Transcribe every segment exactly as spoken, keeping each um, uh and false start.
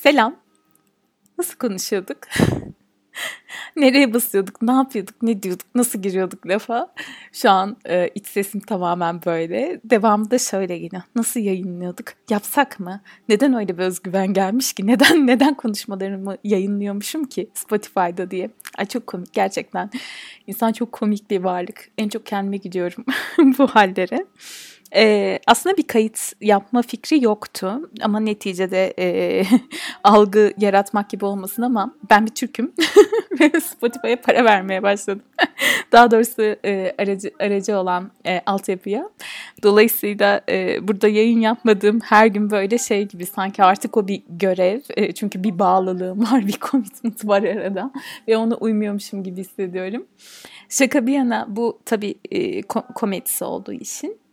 Selam. Nasıl konuşuyorduk? Nereye basıyorduk? Ne yapıyorduk? Ne diyorduk? Nasıl giriyorduk lafa? Şu an e, iç sesim tamamen böyle. Devamı da şöyle yine. Nasıl yayınlıyorduk? Yapsak mı? Neden öyle bir özgüven gelmiş ki? Neden neden konuşmalarımı yayınlıyormuşum ki Spotify'da diye? Ay çok komik gerçekten. İnsan çok komik bir varlık. En çok kendime gidiyorum bu hallere. Ee, aslında bir kayıt yapma fikri yoktu ama neticede e, algı yaratmak gibi olmasın ama ben bir Türk'üm ve Spotify'a para vermeye başladım. Daha doğrusu e, aracı aracı olan e, altyapıya. Dolayısıyla e, burada yayın yapmadığım her gün böyle şey gibi sanki artık o bir görev. E, çünkü bir bağlılığım var, bir commitment var arada ve ona uymuyormuşum gibi hissediyorum. Şaka bir yana bu tabii e, komedisi olduğu için.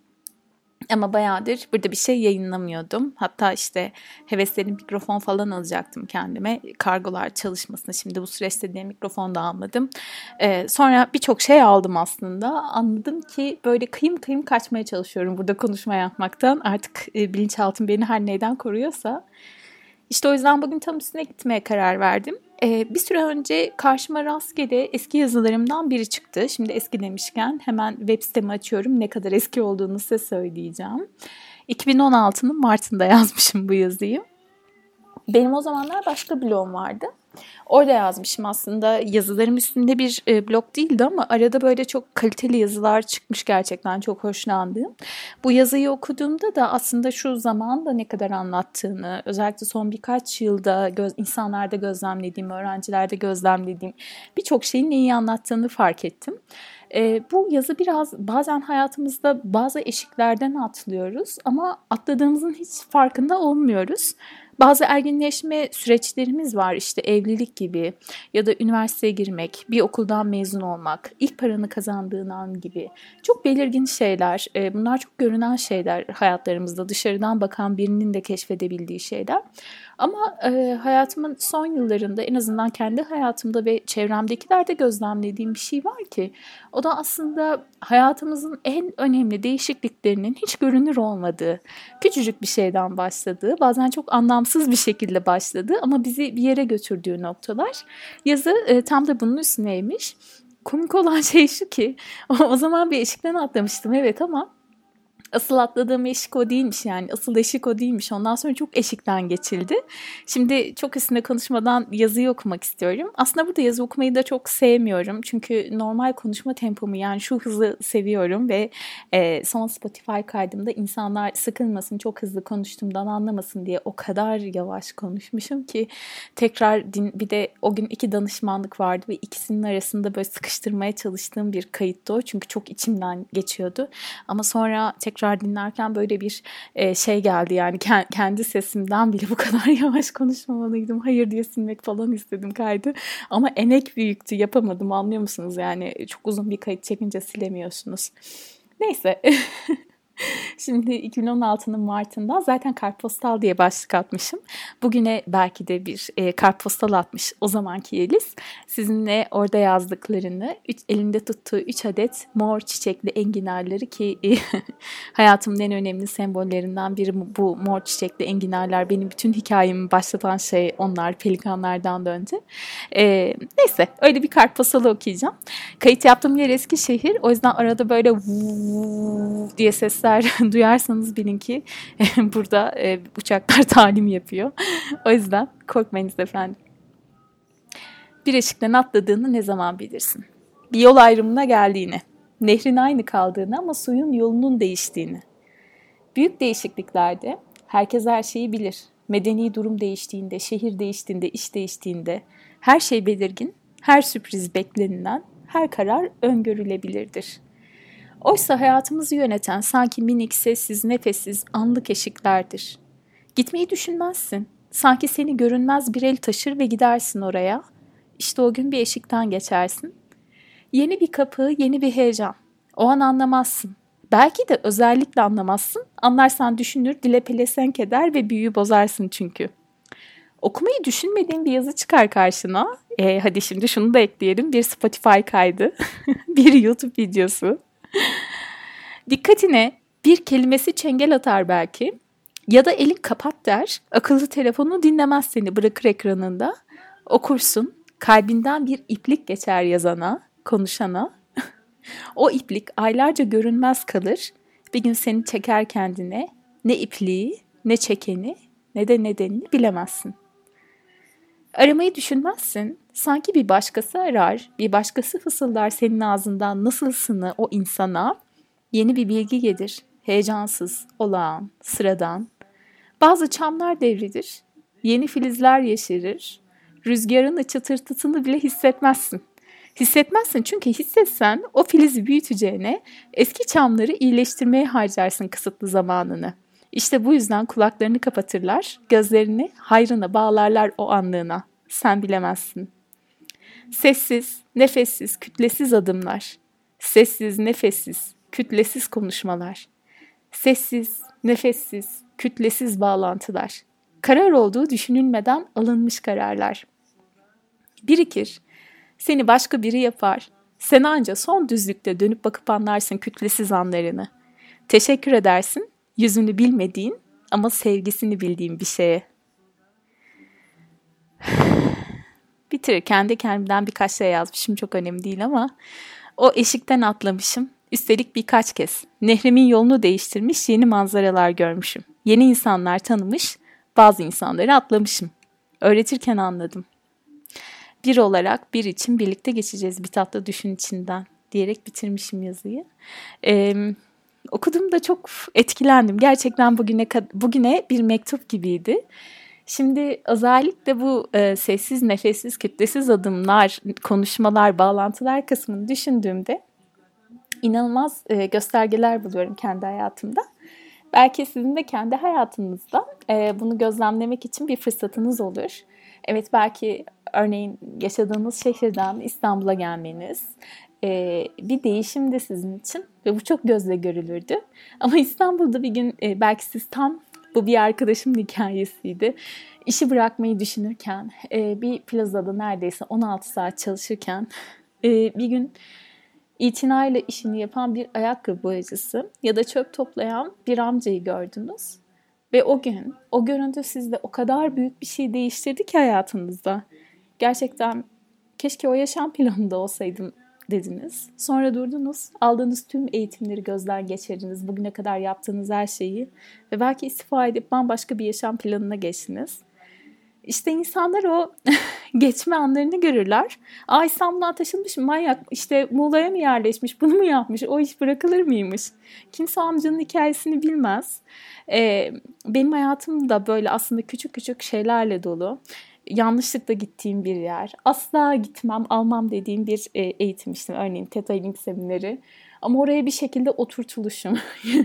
Ama bayağıdır burada bir şey yayınlamıyordum. Hatta işte heveslerim mikrofon falan alacaktım kendime. Kargolar çalışmasına şimdi bu süreçte diye mikrofon da almadım. Ee, sonra birçok şey aldım aslında. Anladım ki böyle kıyım kıyım kaçmaya çalışıyorum burada konuşma yapmaktan. Artık e, bilinçaltım beni her neyden koruyorsa. İşte o yüzden bugün tam üstüne gitmeye karar verdim. Ee, bir süre önce karşıma rastgele eski yazılarımdan biri çıktı. Şimdi eski demişken hemen web sitemi açıyorum. Ne kadar eski olduğunu size söyleyeceğim. iki bin on altının Mart'ında yazmışım bu yazıyı. Benim o zamanlar başka blogum vardı. Orada yazmışım aslında yazılarım üstünde bir e, blog değildi ama arada böyle çok kaliteli yazılar çıkmış gerçekten çok hoşlandığım. Bu yazıyı okuduğumda da aslında şu zaman da ne kadar anlattığını özellikle son birkaç yılda göz, insanlarda gözlemlediğim, öğrencilerde gözlemlediğim birçok şeyin neyi anlattığını fark ettim. E, bu yazı biraz bazen hayatımızda bazı eşiklerden atlıyoruz ama atladığımızın hiç farkında olmuyoruz. Bazı ergenleşme süreçlerimiz var işte evlilik gibi ya da üniversiteye girmek, bir okuldan mezun olmak, ilk paranı kazandığın an gibi. Çok belirgin şeyler, bunlar çok görünen şeyler hayatlarımızda dışarıdan bakan birinin de keşfedebildiği şeyler. Ama e, hayatımın son yıllarında en azından kendi hayatımda ve çevremdekilerde gözlemlediğim bir şey var ki o da aslında hayatımızın en önemli değişikliklerinin hiç görünür olmadığı, küçücük bir şeyden başladığı, bazen çok anlamsız bir şekilde başladığı ama bizi bir yere götürdüğü noktalar. Yazı e, tam da bunun üstüneymiş. Komik olan şey şu ki o zaman bir eşikten atlamıştım evet ama asıl atladığım eşik o değilmiş yani. Asıl eşik o değilmiş. Ondan sonra çok eşikten geçildi. Şimdi çok üstünde konuşmadan yazıyı okumak istiyorum. Aslında burada yazı okumayı da çok sevmiyorum. Çünkü normal konuşma tempomu yani şu hızı seviyorum ve e, son Spotify kaydımda insanlar sıkılmasın, çok hızlı konuştuğumdan anlamasın diye o kadar yavaş konuşmuşum ki tekrar din, bir de o gün iki danışmanlık vardı ve ikisinin arasında böyle sıkıştırmaya çalıştığım bir kayıttı o. Çünkü çok içimden geçiyordu. Ama sonra tekrar dinlerken böyle bir e, şey geldi yani kendi sesimden bile bu kadar yavaş konuşmamalıydım. Hayır diye silmek falan istedim kaydı. Ama emek büyüktü yapamadım anlıyor musunuz? Yani çok uzun bir kayıt çekince silemiyorsunuz. Neyse. Şimdi iki bin on altının Mart'ında zaten kartpostal diye başlık atmışım. Bugüne belki de bir e, kartpostal atmış o zamanki Yeliz. Sizinle orada yazdıklarını, üç, elinde tuttuğu üç adet mor çiçekli enginarları ki e, hayatımın en önemli sembollerinden biri bu mor çiçekli enginarlar. Benim bütün hikayemi başlatan şey onlar, pelikanlardan da önce. E, neyse öyle bir kartpostalı okuyacağım. Kayıt yaptığım yer Eskişehir. O yüzden arada böyle vuuu diye ses duyarsanız bilin ki burada e, uçaklar talim yapıyor. O yüzden korkmayınız efendim. Bir eşikten atladığını ne zaman bilirsin? Bir yol ayrımına geldiğini, nehrin aynı kaldığını ama suyun yolunun değiştiğini. Büyük değişikliklerde herkes her şeyi bilir. Medeni durum değiştiğinde, şehir değiştiğinde, iş değiştiğinde her şey belirgin, her sürpriz beklenilen, her karar öngörülebilirdir. Oysa hayatımızı yöneten sanki minik, sessiz, nefessiz, anlık eşiklerdir. Gitmeyi düşünmezsin. Sanki seni görünmez bir el taşır ve gidersin oraya. İşte o gün bir eşikten geçersin. Yeni bir kapı, yeni bir heyecan. O an anlamazsın. Belki de özellikle anlamazsın. Anlarsan düşünür, dile pelesenk eder ve büyüyü bozarsın çünkü. Okumayı düşünmediğin bir yazı çıkar karşına. E, hadi şimdi şunu da ekleyelim. Bir Spotify kaydı, bir YouTube videosu. Dikkatine bir kelimesi çengel atar belki Ya da elin kapat der, akıllı telefonunu dinlemez seni, bırakır ekranında. Okursun, kalbinden bir iplik geçer yazana, konuşana. O iplik aylarca görünmez kalır. Bir gün seni çeker kendine. Ne ipliği, ne çekeni, ne de nedenini bilemezsin. Aramayı düşünmezsin. Sanki bir başkası arar, bir başkası fısıldar senin ağzından nasılsını o insana. Yeni bir bilgi gelir. Heyecansız, olağan, sıradan. Bazı çamlar devrilir. Yeni filizler yeşerir. Rüzgarın çıtırtısını bile hissetmezsin. Hissetmezsin çünkü hissetsen o filizi büyüteceğine eski çamları iyileştirmeye harcarsın kısıtlı zamanını. İşte bu yüzden kulaklarını kapatırlar, gözlerini hayrına bağlarlar o anlığına. Sen bilemezsin. Sessiz, nefessiz, kütlesiz adımlar. Sessiz, nefessiz, kütlesiz konuşmalar. Sessiz, nefessiz, kütlesiz bağlantılar. Karar olduğu düşünülmeden alınmış kararlar. Birikir, seni başka biri yapar. Sen anca son düzlükte dönüp bakıp anlarsın kütlesiz anlarını. Teşekkür edersin, yüzünü bilmediğin ama sevgisini bildiğin bir şeye. Bitirirken de kendimden birkaç şey yazmışım, çok önemli değil ama o eşikten atlamışım. Üstelik birkaç kez. Nehrimin yolunu değiştirmiş, yeni manzaralar görmüşüm. Yeni insanlar tanımış, bazı insanları atlamışım. Öğretirken anladım. Bir olarak bir için birlikte geçeceğiz bir tatlı düşün içinden diyerek bitirmişim yazıyı. Ee, okuduğumda çok etkilendim. Gerçekten bugüne bugüne bir mektup gibiydi. Şimdi özellikle bu e, sessiz, nefessiz, kütlesiz adımlar, konuşmalar, bağlantılar kısmını düşündüğümde inanılmaz e, göstergeler buluyorum kendi hayatımda. Belki sizin de kendi hayatınızda e, bunu gözlemlemek için bir fırsatınız olur. Evet, belki örneğin yaşadığınız şehirden İstanbul'a gelmeniz e, bir değişimdi sizin için ve bu çok gözle görülürdü. Ama İstanbul'da bir gün e, belki siz tam, bu bir arkadaşımın hikayesiydi, İşi bırakmayı düşünürken e, bir plazada neredeyse on altı saat çalışırken e, bir gün itinayla işini yapan bir ayakkabı boyacısı ya da çöp toplayan bir amcayı gördünüz. Ve o gün, o görüntü sizde o kadar büyük bir şey değiştirdi ki hayatınızda. Gerçekten keşke o yaşam planında olsaydım dediniz. Sonra durdunuz, aldığınız tüm eğitimleri gözden geçirdiniz. Bugüne kadar yaptığınız her şeyi ve belki istifa edip bambaşka bir yaşam planına geçtiniz. İşte insanlar o geçme anlarını görürler. Aa, İstanbul'dan taşınmış, manyak, işte Muğla'ya mı yerleşmiş, bunu mu yapmış, o iş bırakılır mıymış? Kimse o amcanın hikayesini bilmez. Ee, benim hayatım da böyle aslında küçük küçük şeylerle dolu. Yanlışlıkla gittiğim bir yer, asla gitmem, almam dediğim bir e, eğitim işte, örneğin Theta Healing semineri. Ama oraya bir şekilde oturtuluşum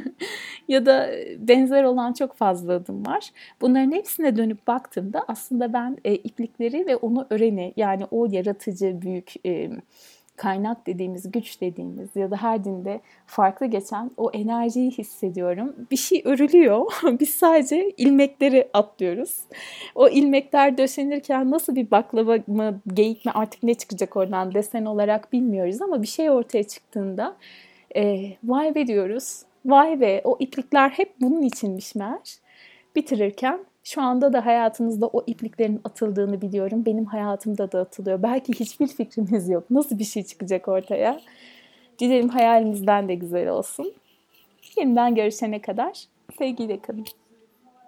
ya da benzer olan çok fazla adım var. Bunların hepsine dönüp baktığımda aslında ben e, iplikleri ve onu öreni, yani o yaratıcı büyük e, kaynak dediğimiz, güç dediğimiz ya da her dinde farklı geçen o enerjiyi hissediyorum. Bir şey örülüyor. Biz sadece ilmekleri atlıyoruz. O ilmekler döşenirken nasıl bir baklava mı, geyik mi, artık ne çıkacak oradan desen olarak bilmiyoruz ama bir şey ortaya çıktığında e, vay be diyoruz. Vay be, o iplikler hep bunun içinmiş meğer. Bitirirken şu anda da hayatınızda o ipliklerin atıldığını biliyorum. Benim hayatımda da atılıyor. Belki hiçbir fikrimiz yok. Nasıl bir şey çıkacak ortaya? Dilerim hayalinizden de güzel olsun. Yeniden görüşene kadar sevgiyle kalın.